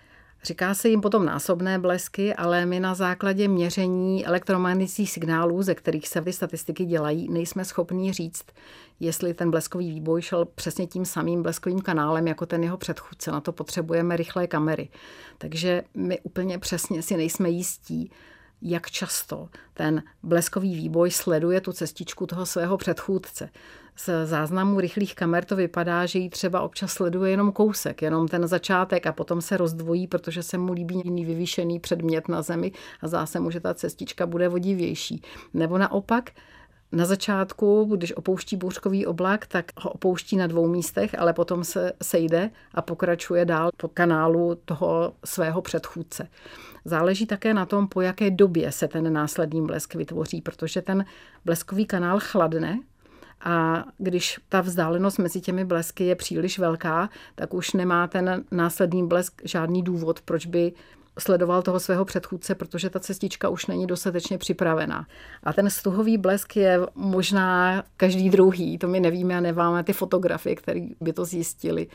Říká se jim potom násobné blesky, ale my na základě měření elektromagnetických signálů, ze kterých se ty statistiky dělají, nejsme schopni říct, jestli ten bleskový výboj šel přesně tím samým bleskovým kanálem jako ten jeho předchůdce. Na to potřebujeme rychlé kamery. Takže my úplně přesně si nejsme jistí, jak často ten bleskový výboj sleduje tu cestičku toho svého předchůdce. Z záznamu rychlých kamer to vypadá, že ji třeba občas sleduje jenom kousek, jenom ten začátek a potom se rozdvojí, protože se mu líbí jiný vyvýšený předmět na zemi a zdá se mu, že ta cestička bude vodivější. Nebo naopak, na začátku, když opouští bouřkový oblak, tak ho opouští na dvou místech, ale potom se sejde a pokračuje dál po kanálu toho svého předchůdce. Záleží také na tom, po jaké době se ten následný blesk vytvoří, protože ten bleskový kanál chladne a když ta vzdálenost mezi těmi blesky je příliš velká, tak už nemá ten následný blesk žádný důvod, proč by sledoval toho svého předchůdce, protože ta cestička už není dostatečně připravená. A ten stuhový blesk je možná každý druhý, to my nevíme a nemáme ty fotografie, které by to zjistili,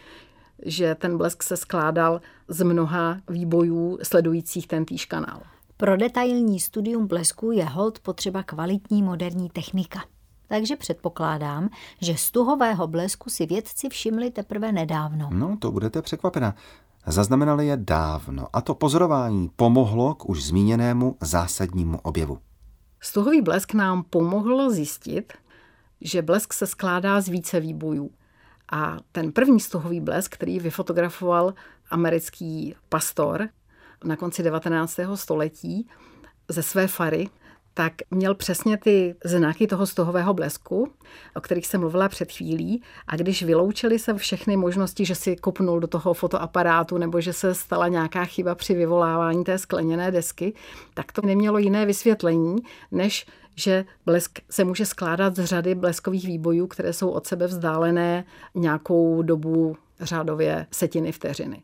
že ten blesk se skládal z mnoha výbojů sledujících tentýž kanál. Pro detailní studium blesku je holt potřeba kvalitní moderní technika. Takže předpokládám, že stuhového blesku si vědci všimli teprve nedávno. No, to budete překvapena. Zaznamenali je dávno a to pozorování pomohlo k už zmíněnému zásadnímu objevu. Stuhový blesk nám pomohl zjistit, že blesk se skládá z více výbojů. A ten první stuhový blesk, který vyfotografoval americký pastor na konci devatenáctého století ze své fary, tak měl přesně ty znaky toho stuhového blesku, o kterých jsem mluvila před chvílí. A když vyloučily se všechny možnosti, že si kopnul do toho fotoaparátu nebo že se stala nějaká chyba při vyvolávání té skleněné desky, tak to nemělo jiné vysvětlení, než že blesk se může skládat z řady bleskových výbojů, které jsou od sebe vzdálené nějakou dobu řádově setiny vteřiny.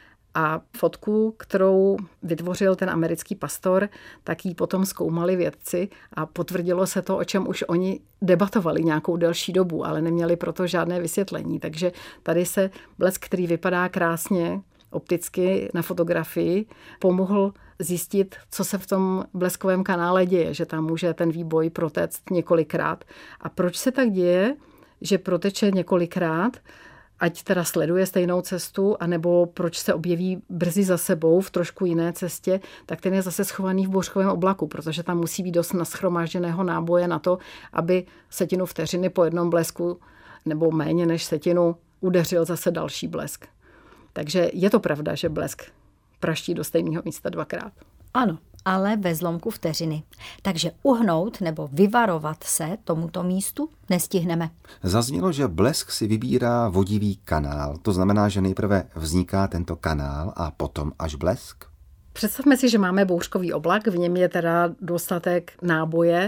A fotku, kterou vytvořil ten americký pastor, tak ji potom zkoumali vědci a potvrdilo se to, o čem už oni debatovali nějakou delší dobu, ale neměli proto žádné vysvětlení. Takže tady se blesk, který vypadá krásně opticky na fotografii, pomohl zjistit, co se v tom bleskovém kanále děje, že tam může ten výboj protéct několikrát. A proč se tak děje, že proteče několikrát, ať teda sleduje stejnou cestu, anebo proč se objeví brzy za sebou v trošku jiné cestě, tak ten je zase schovaný v bouřkovém oblaku, protože tam musí být dost nashromážděného náboje na to, aby setinu vteřiny po jednom blesku nebo méně než setinu udeřil zase další blesk. Takže je to pravda, že blesk praští do stejného místa dvakrát. Ano, ale ve zlomku vteřiny. Takže uhnout nebo vyvarovat se tomuto místu nestihneme. Zaznělo, že blesk si vybírá vodivý kanál. To znamená, že nejprve vzniká tento kanál a potom až blesk? Představme si, že máme bouřkový oblak, v něm je teda dostatek náboje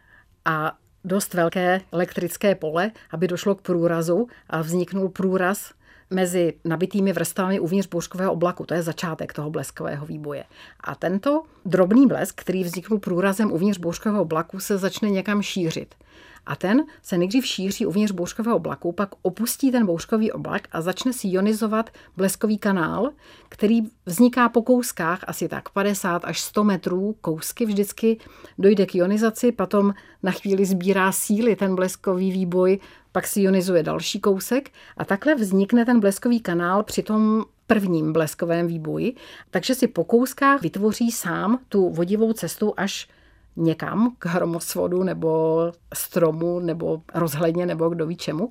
a dost velké elektrické pole, aby došlo k průrazu a vzniknul průraz mezi nabitými vrstvami uvnitř bouřkového oblaku. To je začátek toho bleskového výboje. A tento drobný blesk, který vzniknul průrazem uvnitř bouřkového oblaku, se začne někam šířit. A ten se nejdřív šíří uvnitř bouřkového oblaku, pak opustí ten bouřkový oblak a začne si ionizovat bleskový kanál, který vzniká po kouskách asi tak padesát až sto metrů kousky. Vždycky dojde k ionizaci, potom na chvíli sbírá síly ten bleskový výboj, pak si ionizuje další kousek a takhle vznikne ten bleskový kanál při tom prvním bleskovém výboji. Takže si po kouskách vytvoří sám tu vodivou cestu až někam k hromosvodu nebo stromu nebo rozhledně nebo kdo ví čemu.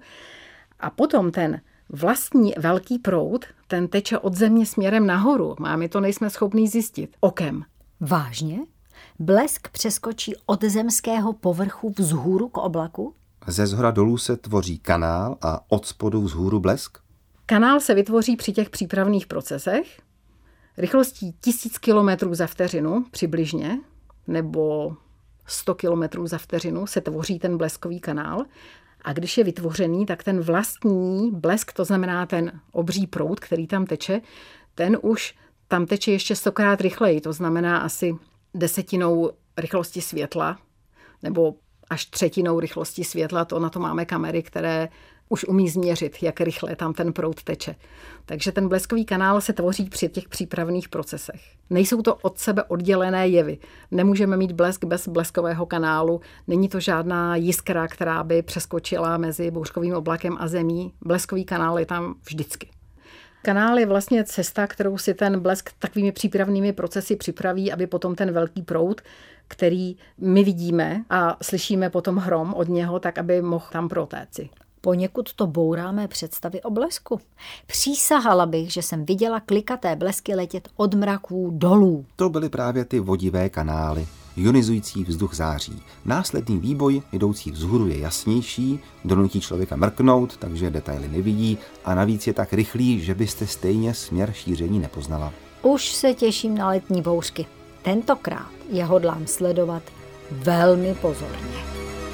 A potom ten vlastní velký proud, ten teče od země směrem nahoru. A my to nejsme schopní zjistit okem. Vážně? Blesk přeskočí od zemského povrchu vzhůru k oblaku? Ze zhora dolů se tvoří kanál a od spodu vzhůru blesk? Kanál se vytvoří při těch přípravných procesech rychlostí tisíc kilometrů za vteřinu přibližně, nebo sto kilometrů za vteřinu se tvoří ten bleskový kanál. A když je vytvořený, tak ten vlastní blesk, to znamená ten obří proud, který tam teče, ten už tam teče ještě stokrát rychleji. To znamená asi desetinou rychlosti světla, nebo až třetinou rychlosti světla. To na to máme kamery, které už umí změřit, jak rychle tam ten proud teče. Takže ten bleskový kanál se tvoří při těch přípravných procesech. Nejsou to od sebe oddělené jevy. Nemůžeme mít blesk bez bleskového kanálu. Není to žádná jiskra, která by přeskočila mezi bouřkovým oblakem a zemí. Bleskový kanál je tam vždycky. Kanál je vlastně cesta, kterou si ten blesk takovými přípravnými procesy připraví, aby potom ten velký proud, který my vidíme a slyšíme potom hrom od něho, tak aby mohl tam protéci. Poněkud to bourá mé představy o blesku. Přísahala bych, že jsem viděla klikaté blesky letět od mraků dolů. To byly právě ty vodivé kanály, ionizující vzduch září. Následný výboj jdoucí vzhůru je jasnější, donutí člověka mrknout, takže detaily nevidí a navíc je tak rychlý, že byste stejně směr šíření nepoznala. Už se těším na letní bouřky. Tentokrát je hodlám sledovat velmi pozorně.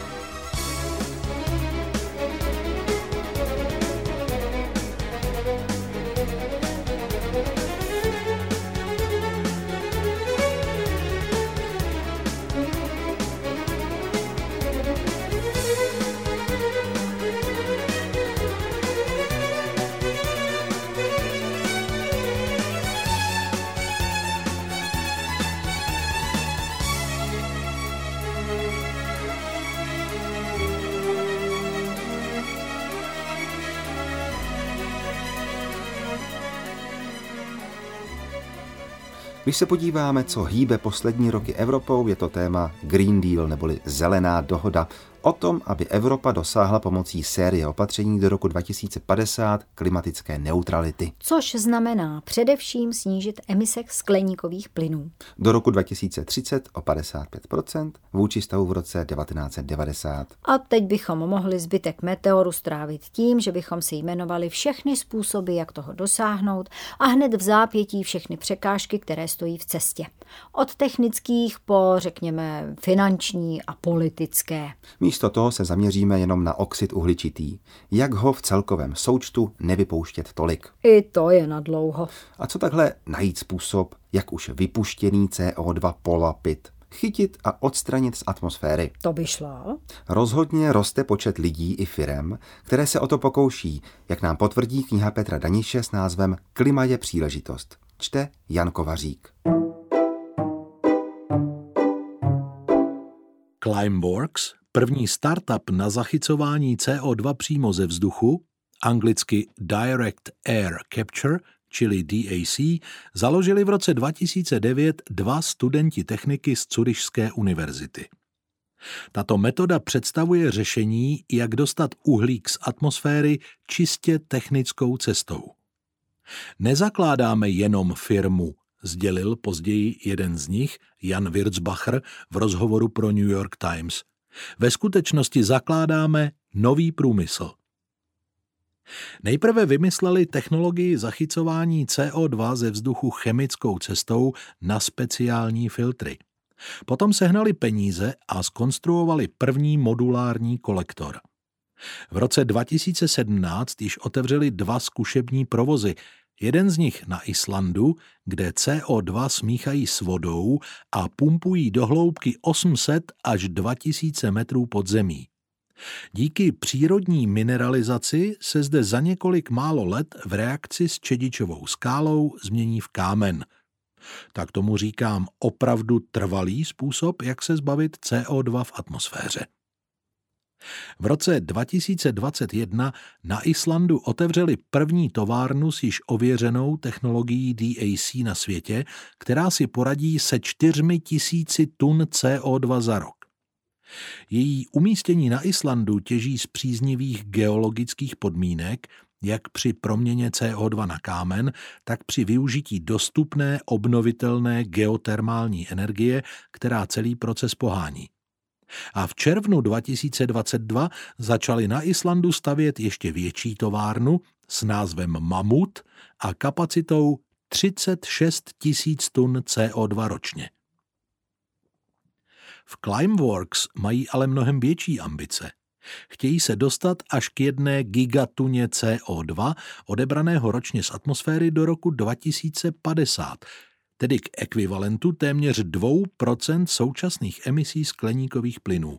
Když se podíváme, co hýbe poslední roky Evropou, je to téma Green Deal neboli zelená dohoda o tom, aby Evropa dosáhla pomocí série opatření do roku dva tisíce padesát klimatické neutrality. Což znamená především snížit emise skleníkových plynů. Do roku dva tisíce třicet o padesát pět procent vůči stavu v roce devatenáct set devadesát. A teď bychom mohli zbytek meteoru strávit tím, že bychom si jmenovali všechny způsoby, jak toho dosáhnout a hned v zápětí všechny překážky, které stojí v cestě. Od technických po, řekněme, finanční a politické. Místo toho se zaměříme jenom na oxid uhličitý. Jak ho v celkovém součtu nevypouštět tolik. I to je nadlouho. A co takhle najít způsob, jak už vypuštěný C O dva polapit, chytit a odstranit z atmosféry? To by šlo. Rozhodně roste počet lidí i firem, které se o to pokouší, jak nám potvrdí kniha Petra Daniše s názvem Klima je příležitost. Čte Jan Kovařík. Climeworks, první startup na zachycování C O dva přímo ze vzduchu, anglicky Direct Air Capture, čili D A C, založili v roce dva tisíce devět dva studenti techniky z Curyšské univerzity. Tato metoda představuje řešení, jak dostat uhlík z atmosféry čistě technickou cestou. Nezakládáme jenom firmu, sdělil později jeden z nich, Jan Wirzbacher, v rozhovoru pro New York Times. Ve skutečnosti zakládáme nový průmysl. Nejprve vymysleli technologii zachycování C O dva ze vzduchu chemickou cestou na speciální filtry. Potom sehnali peníze a zkonstruovali první modulární kolektor. V roce dva tisíce sedmnáct již otevřeli dva zkušební provozy. Jeden z nich na Islandu, kde C O dva smíchají s vodou a pumpují do hloubky osm set až dva tisíce metrů pod zemí. Díky přírodní mineralizaci se zde za několik málo let v reakci s čedičovou skálou změní v kámen. Tak tomu říkám opravdu trvalý způsob, jak se zbavit C O dva v atmosféře. V roce dva tisíce dvacet jedna na Islandu otevřeli první továrnu s již ověřenou technologií D A C na světě, která si poradí se čtyřmi tisíci tun C O dva za rok. Její umístění na Islandu těží z příznivých geologických podmínek, jak při proměně C O dva na kámen, tak při využití dostupné obnovitelné geotermální energie, která celý proces pohání. A v červnu dva tisíce dvacet dva začali na Islandu stavět ještě větší továrnu s názvem Mamut a kapacitou třicet šest tisíc tun C O dva ročně. V Climeworks mají ale mnohem větší ambice. Chtějí se dostat až k jedné gigatuně C O dva odebraného ročně z atmosféry do roku dva tisíce padesát, tedy k ekvivalentu téměř dvě procenta současných emisí skleníkových plynů.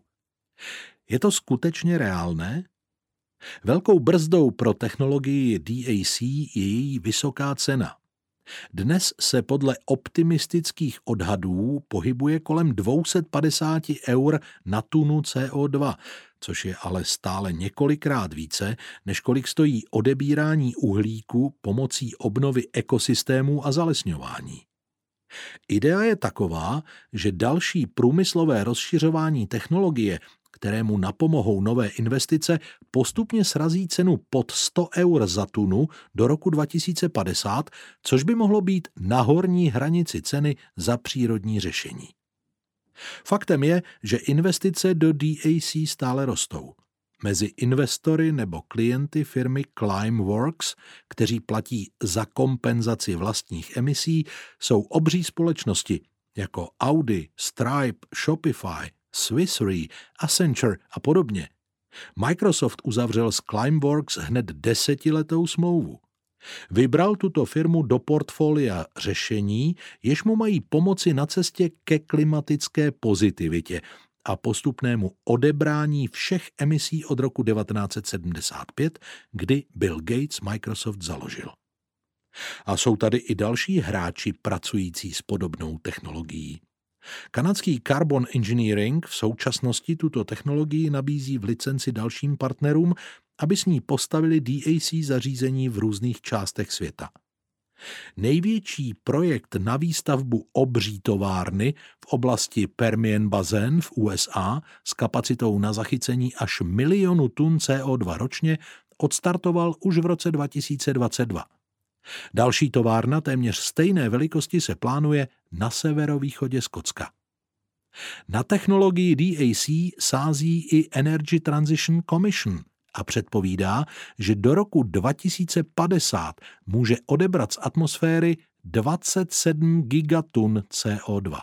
Je to skutečně reálné? Velkou brzdou pro technologii D A C je její vysoká cena. Dnes se podle optimistických odhadů pohybuje kolem dvě stě padesát eur na tunu C O dva, což je ale stále několikrát více, než kolik stojí odebírání uhlíku pomocí obnovy ekosystémů a zalesňování. Idea je taková, že další průmyslové rozšiřování technologie, kterému napomohou nové investice, postupně srazí cenu pod sto eur za tunu do roku dva tisíce padesát, což by mohlo být na horní hranici ceny za přírodní řešení. Faktem je, že investice do D A C stále rostou. Mezi investory nebo klienty firmy Climeworks, kteří platí za kompenzaci vlastních emisí, jsou obří společnosti jako Audi, Stripe, Shopify, Swiss Re, Accenture a podobně. Microsoft uzavřel s Climeworks hned desetiletou smlouvu. Vybral tuto firmu do portfolia řešení, jež mu mají pomoci na cestě ke klimatické pozitivitě a postupnému odebrání všech emisí od roku devatenáct set sedmdesát pět, kdy Bill Gates Microsoft založil. A jsou tady i další hráči pracující s podobnou technologií. Kanadský Carbon Engineering v současnosti tuto technologii nabízí v licenci dalším partnerům, aby s ní postavili D A C zařízení v různých částech světa. Největší projekt na výstavbu obří továrny v oblasti Permian Basin v U S A s kapacitou na zachycení až milionu tun C O dva ročně odstartoval už v roce dva tisíce dvacet dva. Další továrna téměř stejné velikosti se plánuje na severovýchodě Skotska. Na technologii D A C sází i Energy Transition Commission a předpovídá, že do roku dva tisíce padesát může odebrat z atmosféry dvacet sedm gigatun C O dva.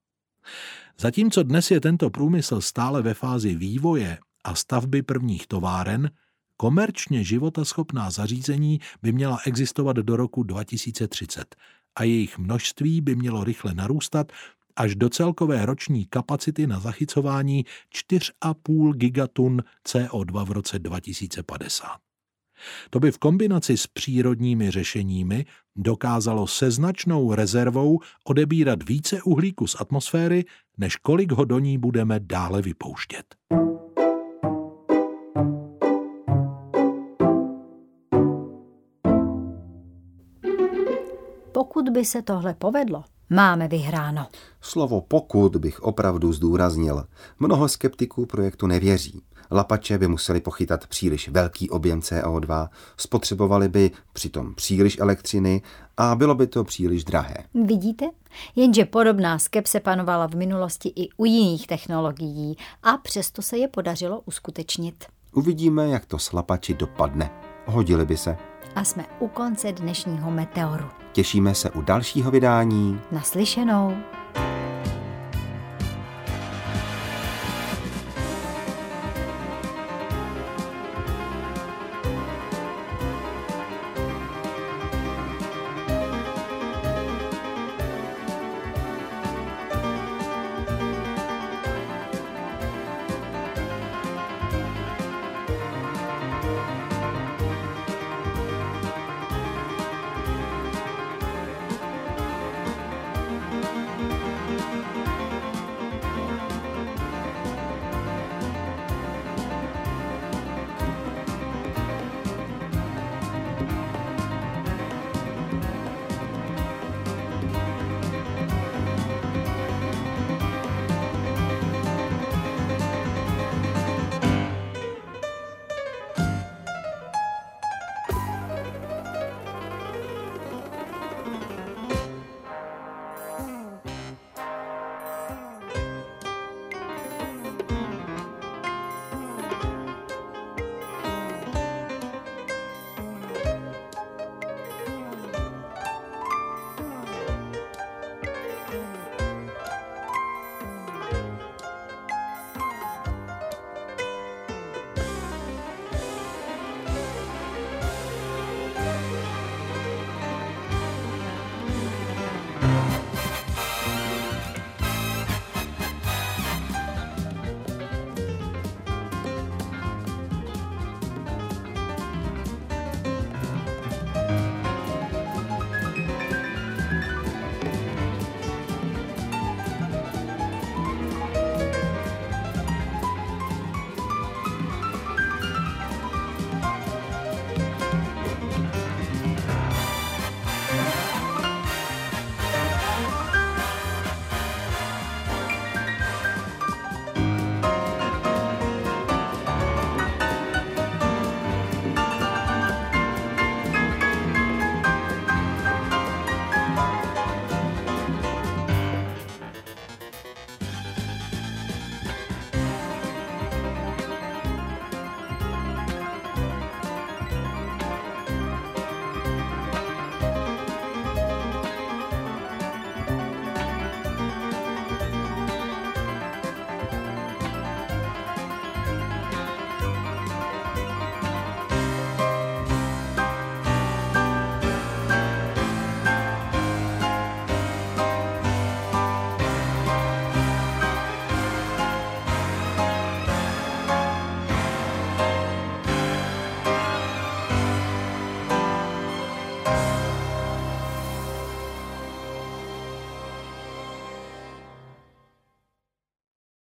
Zatímco dnes je tento průmysl stále ve fázi vývoje a stavby prvních továren, komerčně životaschopná zařízení by měla existovat do roku dva tisíce třicet a jejich množství by mělo rychle narůstat až do celkové roční kapacity na zachycování čtyři a půl gigatun C O dva v roce dva tisíce padesát. To by v kombinaci s přírodními řešeními dokázalo se značnou rezervou odebírat více uhlíku z atmosféry, než kolik ho do ní budeme dále vypouštět. Pokud by se tohle povedlo, máme vyhráno. Slovo pokud bych opravdu zdůraznil. Mnoho skeptiků projektu nevěří. Lapače by museli pochytat příliš velký objem C O dva, spotřebovali by přitom příliš elektřiny a bylo by to příliš drahé. Vidíte? Jenže podobná skepse panovala v minulosti i u jiných technologií a přesto se je podařilo uskutečnit. Uvidíme, jak to s lapači dopadne. Hodili by se. A jsme u konce dnešního Meteoru. Těšíme se u dalšího vydání. Naslyšenou.